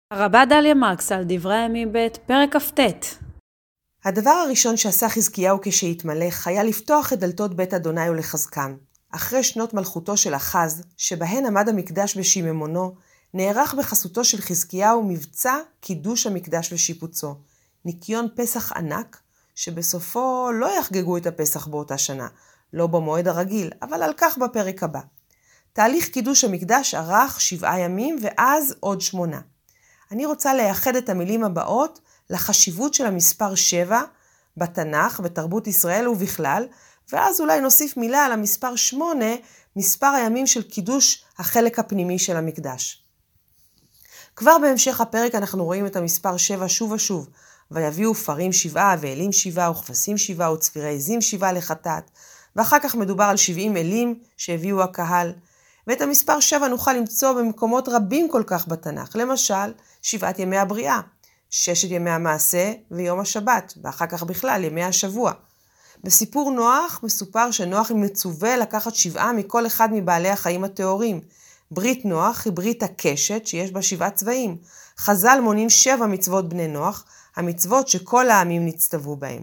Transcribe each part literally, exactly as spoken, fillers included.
הרבה דליה מרקס על דברי הימים ב' פרק כ"ט. הדבר הראשון שעשה חזקיהו כשהתמלך היה לפתוח את דלתות בית אדוני ולחזקם. אחרי שנות מלכותו של אחז, שבהן עמד המקדש בשיממונו, נערך בחסותו של חזקיהו מבצע קידוש המקדש ושיפוצו. ניקיון פסח ענק, שבסופו לא יחגגו את הפסח באותה שנה, לא במועד הרגיל, אבל על כך בפרק הבא. תהליך קידוש המקדש ארך שבעה ימים ואז עוד שמונה. אני רוצה לייחד את המילים הבאות לחשיבות של המספר שבע בתנ"ך, בתרבות ישראל ובכלל, ואז אולי נוסיף מילה על המספר שמונה, מספר הימים של קידוש החלק הפנימי של המקדש. כבר בהמשך הפרק אנחנו רואים את המספר שבע שוב ושוב, ויביאו פרים שבעה ואלים שבעה וכבשים שבעה וצפירי עזים שבעה לחטאת, ואחר כך מדובר על שבעים אלים שהביאו הקהל, ואת המספר שבע נוכל למצוא במקומות רבים כל כך בתנ"ך, למשל שבעת ימי הבריאה, ששת ימי המעשה ויום השבת, ואחר כך בכלל ימי השבוע. בסיפור נוח מסופר שנוח מצווה לקחת שבעה מכל אחד מבעלי החיים הטהורים. ברית נוח היא ברית הקשת שיש בה שבעה צבעים. חז"ל מונים שבע מצוות בני נוח, המצוות שכל העמים נצטוו בהם.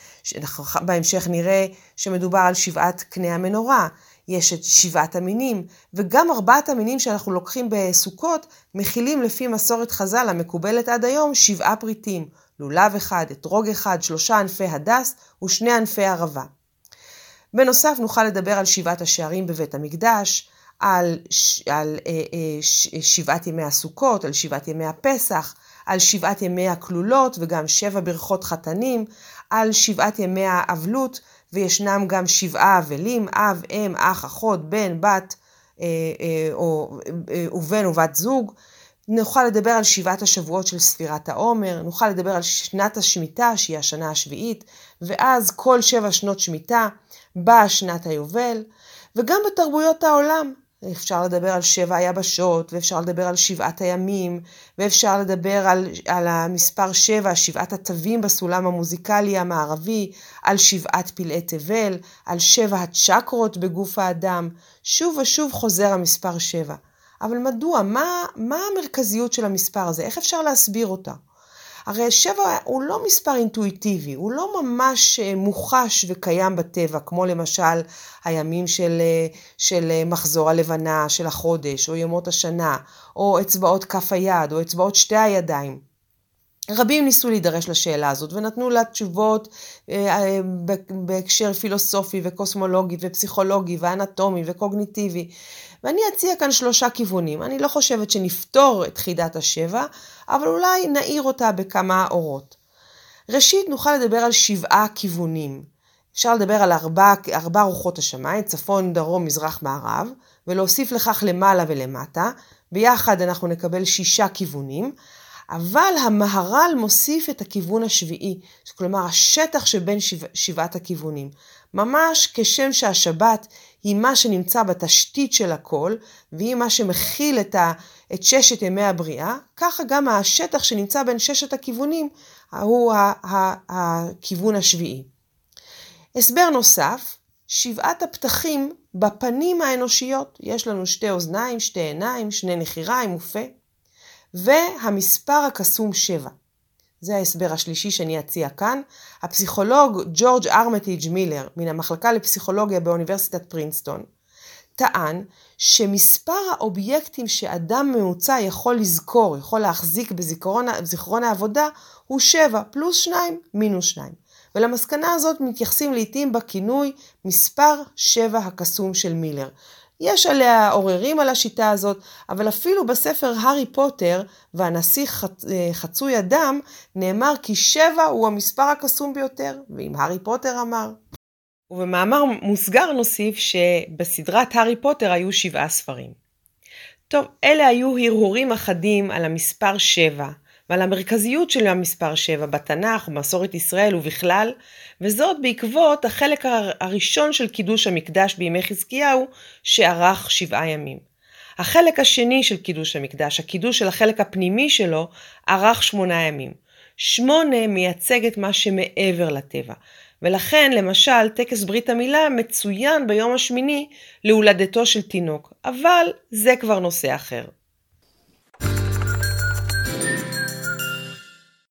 בהמשך נראה שמדובר על שבעת קני המנורה, יש את שבעת המינים, וגם ארבעת המינים שאנחנו לוקחים בסוכות, מכילים לפי מסורת חז"ל המקובלת עד היום שבעה פריטים, לולב אחד, אתרוג אחד, שלושה ענפי הדס ושני ענפי ערבה. בנוסף נוכל לדבר על שבעת השערים בבית המקדש, על, על אה, אה, שבעת ימי הסוכות, על שבעת ימי הפסח, על שבעת ימי הכלולות וגם שבע ברכות חתנים, על שבעת ימי האבלות, וישנם גם שבעה אבלים, אב, אם, אח, אחות, בן, בת, אה, אה, או, אה, ובן ובת זוג. נוכל לדבר על שבעת השבועות של ספירת העומר, נוכל לדבר על שנת השמיטה, שהיא השנה השביעית, ואז כל שבע שנות שמיטה באה שנת היובל, וגם בתרבויות העולם. אפשר לדבר על שבע היבשות, ואפשר לדבר על שבעת הימים, ואפשר לדבר על, על המספר שבע, שבעת התווים בסולם המוזיקלי המערבי, על שבעת פלאי תבל, על שבע הצ'קרות בגוף האדם. שוב ושוב חוזר המספר שבע. אבל מדוע? מה, מה המרכזיות של המספר הזה? איך אפשר להסביר אותה? הרי שבע הוא לא מספר אינטואיטיבי, הוא לא ממש מוחש וקיים בטבע, כמו למשל הימים של, של מחזור הלבנה של החודש, או ימות השנה, או אצבעות כף היד, או אצבעות שתי הידיים. רבים ניסו להידרש לשאלה הזאת, ונתנו לה תשובות בהקשר פילוסופי וקוסמולוגי ופסיכולוגי ואנטומי וקוגניטיבי. ואני אציע כאן שלושה כיוונים. אני לא חושבת שנפתור את חידת השבע, אבל אולי נעיר אותה בכמה אורות. ראשית נוכל לדבר על שבעה כיוונים. אפשר לדבר על ארבע, ארבע רוחות השמיים, צפון, דרום, מזרח, מערב, ולהוסיף לכך למעלה ולמטה. ביחד אנחנו נקבל שישה כיוונים, אבל המהר"ל מוסיף את הכיוון השביעי, כלומר השטח שבין שבע, שבעת הכיוונים. ממש כשם שהשבת היא מה שנמצא בתשתית של הכל, והיא מה שמכיל את, ה, את ששת ימי הבריאה, ככה גם השטח שנמצא בין ששת הכיוונים, הוא ה, ה, הכיוון השביעי. הסבר נוסף, שבעת הפתחים בפנים האנושיות, יש לנו שתי אוזניים, שתי עיניים, שני נחיריים ופה, והמספר הקסום שבע. זה ההסבר השלישי שאני אציע כאן. הפסיכולוג ג'ורג' ארמיטג' מילר מן המחלקה לפסיכולוגיה באוניברסיטת פרינסטון טען שמספר האובייקטים שאדם ממוצע יכול לזכור, יכול להחזיק בזיכרון, בזיכרון העבודה הוא שבע פלוס שניים מינוס שניים. ולמסקנה הזאת מתייחסים לעתים בכינוי מספר שבע הקסום של מילר. יש עליה עוררים על השיטה הזאת, אבל אפילו בספר הארי פוטר והנסיך חצוי הדם נאמר כי שבע הוא המספר הקסום ביותר, ואם הארי פוטר אמר. ובמאמר מוסגר נוסיף שבסדרת הארי פוטר היו שבעה ספרים. טוב, אלה היו הרהורים אחדים על המספר שבע, ועל המרכזיות של המספר שבע בתנ"ך ומסורת ישראל ובכלל, וזאת בעקבות החלק הראשון של קידוש המקדש בימי חזקיהו שארך שבעה ימים. החלק השני של קידוש המקדש, הקידוש של החלק הפנימי שלו, ארך שמונה ימים. שמונה מייצג את מה שמעבר לטבע, ולכן למשל טקס ברית המילה מצוין ביום השמיני להולדתו של תינוק, אבל זה כבר נושא אחר.